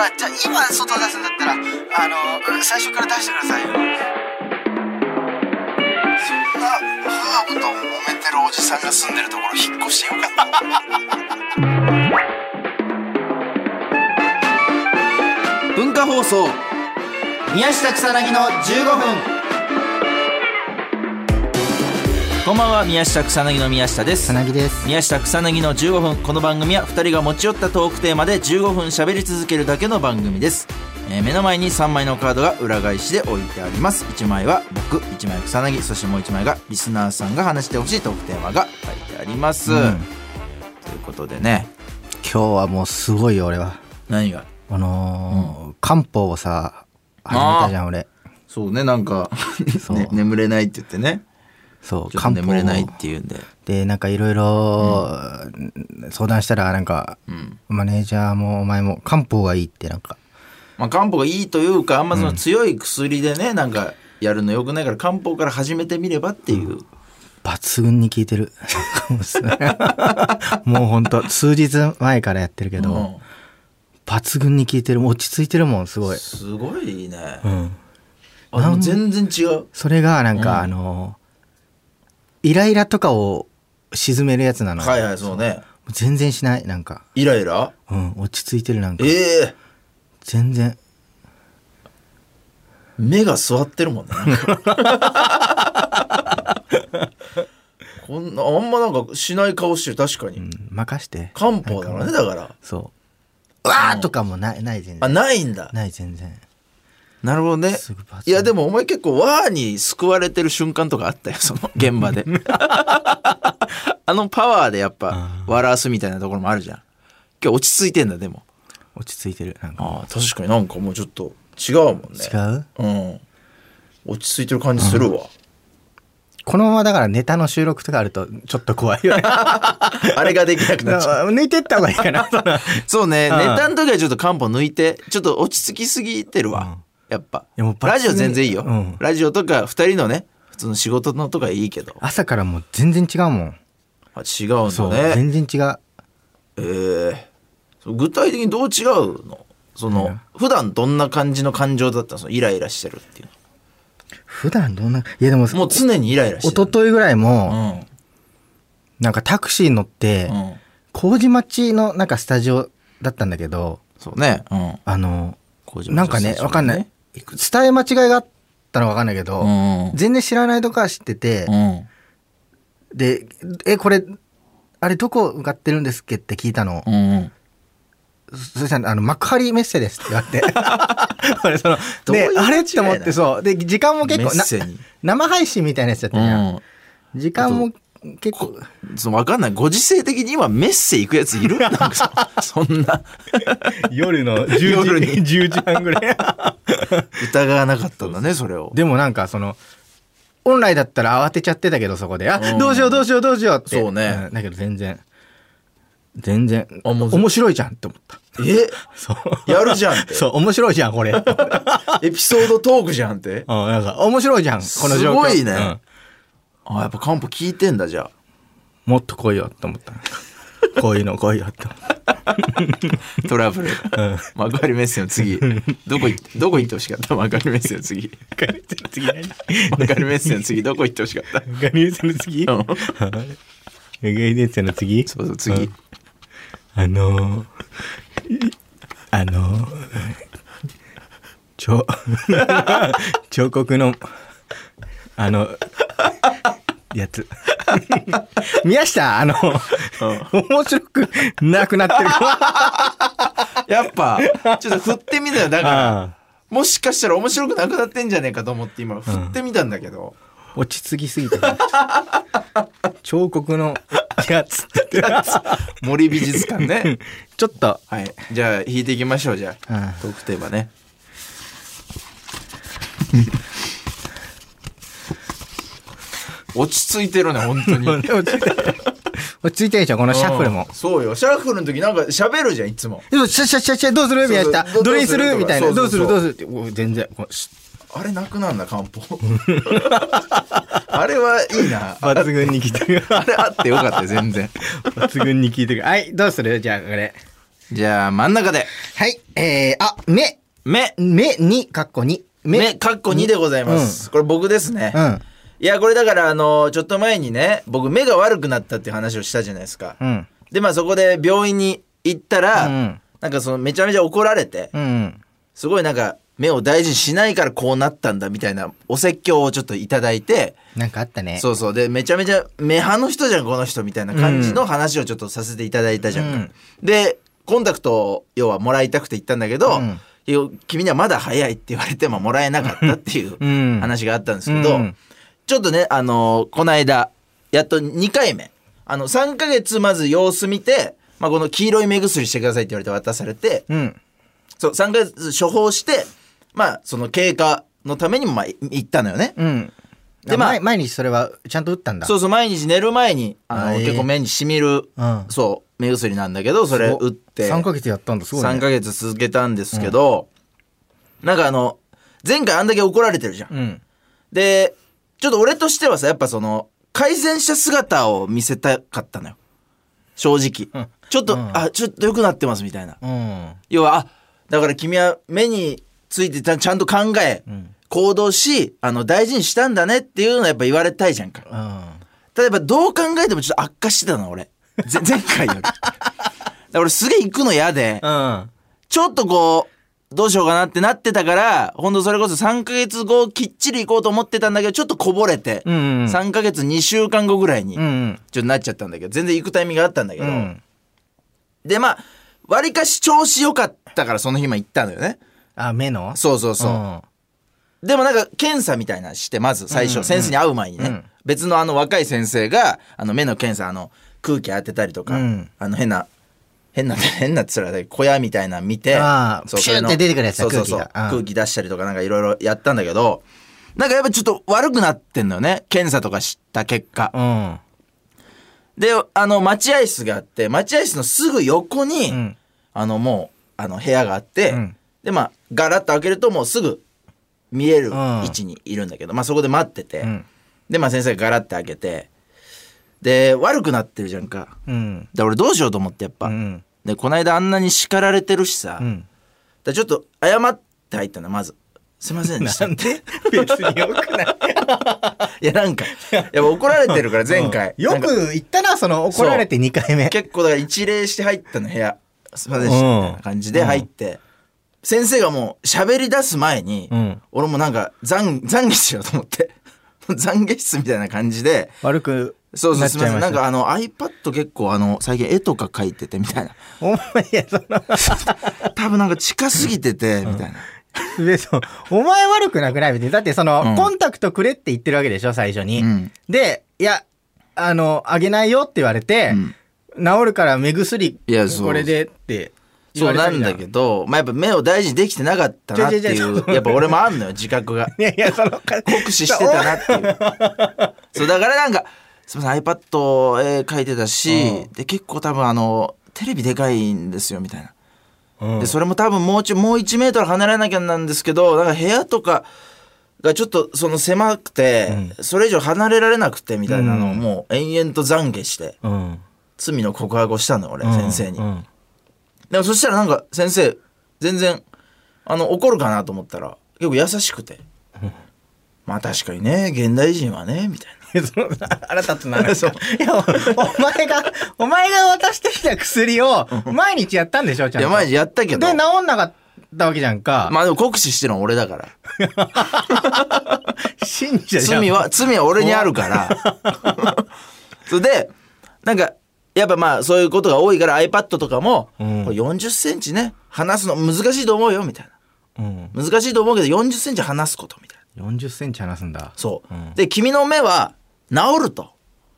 じゃあ今外出すんだったら最初から出してくださいよ。そんなハーブと揉めてるおじさんが住んでるところ引っ越してよかった。文化放送宮下草薙の15分。こんばんは、宮下草薙の宮下です。 草薙です。 宮下草薙の15分。この番組は2人が持ち寄ったトークテーマで15分喋り続けるだけの番組です。目の前に3枚のカードが裏返しで置いてあります。1枚は僕、1枚草薙、そしてもう1枚がリスナーさんが話してほしいトークテーマが書いてあります、ということでね、 今日はもうすごいよ俺は。 何が漢方をさ始めたじゃん俺。 そうね、なんかね、眠れないって言ってね。 そう、 漢方眠れないっていうんで、 でなんかいろいろ相談したらなんか、マネージャーもお前も漢方がいいってなんか、 まあ、漢方がいいというか、あんまその強い薬でね、なんかやるのよくないから漢方から始めてみればっていう、 抜群に効いてるもうほんと数日前からやってるけど、抜群に効いてる。落ち着いてるもん。すごいすごいね、 もう全然違う。 それがなんか、イライラとかを沈めるやつなの。 はいはい、そうね。 全然しない。なんかイライラ、 落ち着いてる。なんか全然目が座ってるもんね。こんなあんまなんかしない顔してる。確かに、 任して漢方だろうね。だからそうわーとかもない全然。 あ、ないんだ。 ない全然。 なるほどね。いやでもお前結構ワーに救われてる瞬間とかあったよ、その現場であのパワーでやっぱ笑わすみたいなところもあるじゃん。今日落ち着いてんだ。でも落ち着いてる。なんか確かになんかもうちょっと違うもんね。 違う。 落ち着いてる感じするわ、 このままだからネタの収録とかあるとちょっと怖いよねあれができなくなっちゃう。 抜いてった方がいいかなそうね、ネタの時はちょっと漢方抜いて、ちょっと落ち着きすぎてるわ、やっぱ。ラジオ全然いいよ、ラジオとか2人のね普通の仕事のとかいいけど、 朝からもう全然違うもん。 違うんだね。 全然違う。 具体的にどう違うの？その、普段どんな感じの感情だったの？そのイライラしてるっていうの。 普段どんな、いやでももう常にイライラしてる。 一昨日ぐらいも、なんかタクシー乗って、麹町のなんかスタジオだったんだけど、 そうね、 なんかね、わかんない、伝え間違いがあったのわかんないけど、全然知らないとこは知ってて、でこれあれどこ向かってるんですっけって聞いたの。そしたら幕張メッセですって言われて俺であれって思って。そうで時間も結構生配信みたいなやつだったじゃん、時間も結構分かんない。ご時世的に今メッセ行くやついる？なんかそんな夜の10時半ぐらい疑わなかったんだね、それを。 でもなんか本来だったら慌てちゃってたけど、そこでどうしようって。そうね、だけど全然面白いじゃんって思った。 そうやるじゃんって。 そう面白いじゃんこれエピソードトークじゃんって。 なんか面白いじゃんこの状況。 すごいね、やっぱ漢方聞いてんだ。じゃあもっと来いよって思った。こういうの来いよって思ったトラブル、幕張メッセの次どこ行ってほしかった？幕張メッセの次幕張メッセの次どこ行ってほしかった？ 幕張メッセの次幕張メッセの次そう次、 彫刻のやつ宮下面白くなくなってるやっぱちょっと振ってみたよ。だからもしかしたら面白くなくなってんじゃねえかと思って今振ってみたんだけど、 落ち着きすぎて彫刻のやつ森美術館ねちょっと、 じゃあ引いていきましょう。じゃあトークテーマね落ち着いてるね本当に落ち着いてるでしょこのシャッフルも。 そうよ、シャッフルの時なんか喋るじゃんいつも。 どうする宮下どれにするみたいな。どうするって全然あれなくなんだ漢方あれはいいな。 抜群に効いてるあれあってよかったよ全然抜群に効いてる。はいどうする？じゃあこれじゃあ真ん中で。 はい。目に、かっこ2。 目、かっこ2でございます。これ僕ですね。いや、これだからちょっと前にね、僕目が悪くなったっていう話をしたじゃないですか。で、まあそこで病院に行ったら、なんかめちゃめちゃ怒られて、すごいなんか、目を大事にしないからこうなったんだみたいなお説教をちょっといただいて、 なんかあったね。 そうそう。で、めちゃめちゃ目派の人じゃんこの人みたいな感じの話をちょっとさせていただいたじゃんか。で、コンタクトを要はもらいたくて行ったんだけど、君にはまだ早いって言われてもらえなかったっていう話があったんですけど、ちょっとね、この間やっと2回目3ヶ月まず様子見て、まあ、この黄色い目薬してくださいって言われて渡されて、そう3ヶ月処方して、まあその経過のためにもまあ行ったのよね。 でまあ毎日それはちゃんと打ったんだ。 そうそう、毎日寝る前に結構目にしみる、そう目薬なんだけど、それ打って 3ヶ月やったんだ。すごいね。 3ヶ月続けたんですけど、なんか前回あんだけ怒られてるじゃん。でちょっと俺としてはさ、やっぱ改善した姿を見せたかったのよ正直。ちょっとちょっと良くなってますみたいな。要はだから君は目についてちゃんと考え、行動し大事にしたんだねっていうのはやっぱ言われたいじゃんか。例えばどう考えてもちょっと悪化してたの俺前回より。だから俺すげえ行くの嫌で、ちょっとこうどうしようかなってなってたから、ほんとそれこそ3ヶ月後きっちり行こうと思ってたんだけど、ちょっとこぼれて、3ヶ月2週間後ぐらいにちょっとなっちゃったんだけど、全然行くタイミングがあったんだけど、でまあわりかし調子良かったからその日も行ったのよね。 目の？ そうそうそう、でもなんか検査みたいなして、まず最初、先生に会う前にね、別の若い先生が目の検査空気当てたりとか、変なって言ったら小屋みたいなの見て、 プシューって出てくるやつだ。 空気が空気出したりとかなんかいろいろやったんだけど、なんかやっぱちょっと悪くなってんのよね、検査とかした結果。で待合室があって、待合室のすぐ横に、もう部屋があって、でまあガラッと開けるともうすぐ見える位置にいるんだけど、まあそこで待ってて、でまあ先生がガラッと開けて、で悪くなってるじゃんか。で俺どうしようと思って、やっぱ、でこの間あんなに叱られてるしさ、でちょっと謝って入ったの。まずすいませんでした。 なんで？別によくない？ いやなんかやっぱ怒られてるから前回、 よく言ったな、怒られて2回目。 結構だから一礼して入ったの部屋。すいませんでしたみたいな感じで入って、先生がもう喋り出す前に、俺もなんか懺悔しようと思って懺悔室みたいな感じで悪くそうそう、すみません、なんかiPad 結構最近絵とか描いててみたいな。 お前や多分なんか近すぎててみたいな。 お前悪くなくない別に。だってコンタクトくれって言ってるわけでしょ最初に。でいやあげないよって言われて、治るから目薬これでって言われた。 そうなんだけど、まあ、やっぱ目を大事にできてなかったなっていうやっぱ俺もあんのよ自覚が。 いや酷使してたなっていう。そうだからなんかすみません iPad 絵描いてたし、で結構多分テレビでかいんですよみたいな。でそれも多分もう1メートル離れなきゃなんですけど、なんか部屋とかがちょっと狭くて、それ以上離れられなくてみたいなのをもう延々と懺悔して、罪の告白をしたのよ俺、先生に。でもそしたらなんか先生全然怒るかなと思ったら結構優しくて、まあ確かにね現代人はねみたいな。 腹立つな。いやお前が渡してきた薬を毎日やったんでしょちゃんと。 いや毎日やったけど。 で治んなかったわけじゃんか。 まあでも酷使してるのは俺だから。 信者じゃん。 罪は俺にあるから。それでなんかやっぱまあそういうことが多いから iPad とかも、これ40センチね離すの難しいと思うよみたいな。難しいと思うけど40センチ離すことみたいな。 40センチ離すんだ。 そう。で君の目は治ると。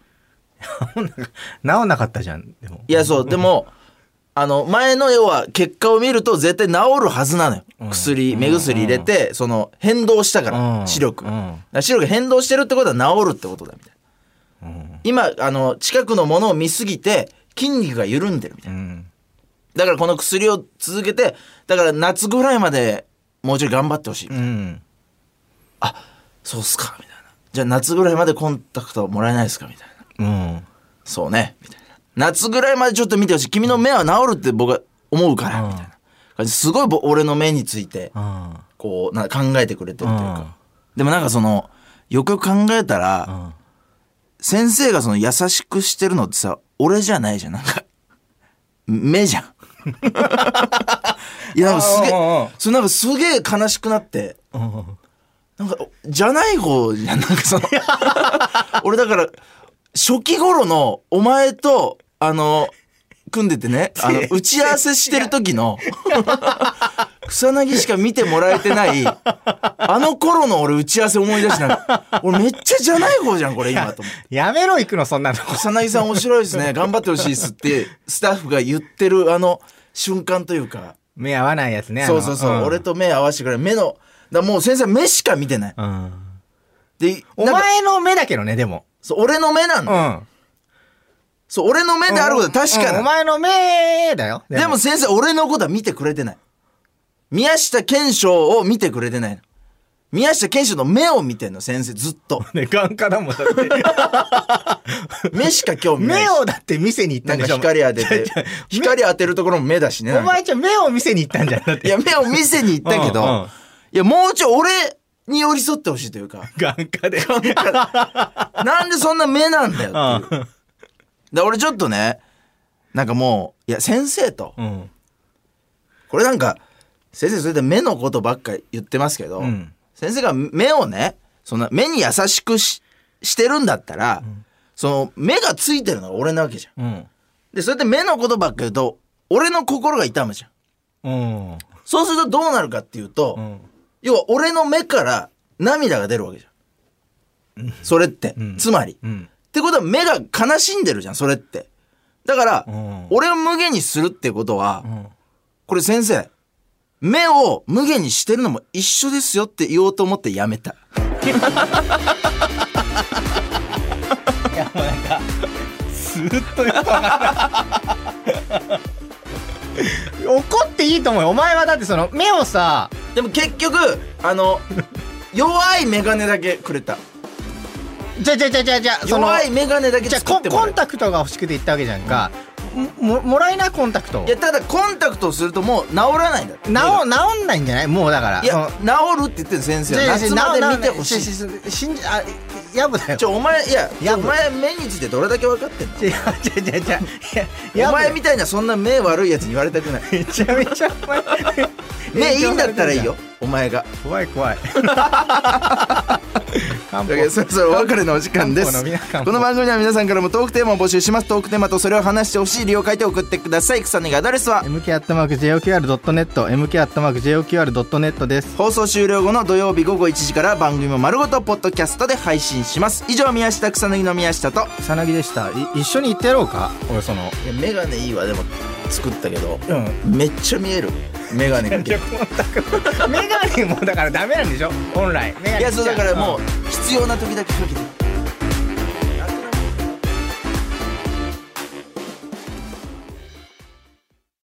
治んなかったじゃん。でもいやそうでも前の要は結果を見ると絶対治るはずなのよ。目薬入れて変動したから視力。視力変動してるってことは治るってことだみたいな。今近くのものを見すぎて筋肉が緩んでるみたいな。だからこの薬を続けて、だから夏ぐらいまでもうちょい頑張ってほしい。あ、そうっすかみたいな。じゃあ夏ぐらいまでコンタクトもらえないですかみたいな。そうねみたいな。夏ぐらいまでちょっと見てほしい。君の目は治るって僕は思うからみたいな感じ、すごい俺の目についてこう考えてくれてるというか、でもなんかそのよくよく考えたら、先生がその優しくしてるのってさ、俺じゃないじゃん、なんか目じゃんいやなんかすげえそれなんかすげえ悲しくなって、なんかじゃない方じゃん、なんかその俺だから初期頃のお前と組んでてね、打ち合わせしてる時の草薙しか見てもらえてないあの頃の俺打ち合わせ思い出して、なんか俺めっちゃじゃない方じゃんこれ今と思って。 やめろ行くのそんなの。 草薙さん面白いですね、頑張ってほしいですってスタッフが言ってる瞬間というか、 目合わないやつね。 そうそうそう、俺と目合わせてくれる目のもう先生目しか見てない、 でお前の目だけどね、でもそう俺の目なんだ、そう俺の目であることは確かな、 お前の目だよ。 でも先生俺のことは見てくれてない。宮下健翔を見てくれてないの。宮下健翔の目を見てんの先生ずっと。 ね、眼科だもんだって目しか興味ないし。 目をだって見せに行ったんでしょ。 なんか光当てて光当てるところも目だしね。 お前じゃ目を見せに行ったんじゃん。だって。 いや目を見せに行ったけどいやもうちょい俺に寄り添ってほしいというか、 眼科でなんでそんな目なんだよっていうで俺ちょっとね、なんかもういや先生と、これなんか先生それで目のことばっかり言ってますけど、先生が目をね、そんな目に優しくしてるんだったら、その目がついてるのが俺なわけじゃん、でそれで目のことばっかり言うと俺の心が痛むじゃん、そうするとどうなるかっていうと、要は俺の目から涙が出るわけじゃん、それって、つまり、ってことは目が悲しんでるじゃんそれって。だから、俺を無限にするってことは、これ先生目を無限にしてるのも一緒ですよって言おうと思ってやめたいやもうなんかずっとよくわかんない怒っていいと思うよ。お前はだってその目をさ、 でも結局弱いメガネだけくれた。 じゃ弱いメガネだけ作ってもらコンタクトが欲しくて言ったわけじゃんか、もらいなコンタクト。 いやただコンタクトをするともう治らないんだって。治んないんじゃない？もうだから。 いや治るって言ってる先生は夏まで見てほしい。 やぶだよ。 お前お前目についてどれだけ分かってんの？お前みたいなそんな目悪いやつに言われたくない。 めちゃめちゃ目いいんだったらいいよお前が。 怖いだけどそろそろお別れのお時間です。この番組では皆さんからもトークテーマを募集します。トークテーマとそれを話してほしい理由を書いて送ってください。草薙アドレスは mk@joqr.net mk@joqr.net です。 放送終了後の土曜日午後1時から番組も丸ごとポッドキャストで配信します。以上宮下草薙の宮下と草薙でした。一緒に行ってやろうか。俺そのいやメガネいいわ。でも作ったけど、めっちゃ見えるメガネが。 メガネもだからダメなんでしょ本来。 いやそうだからもう必要な時だけかけて。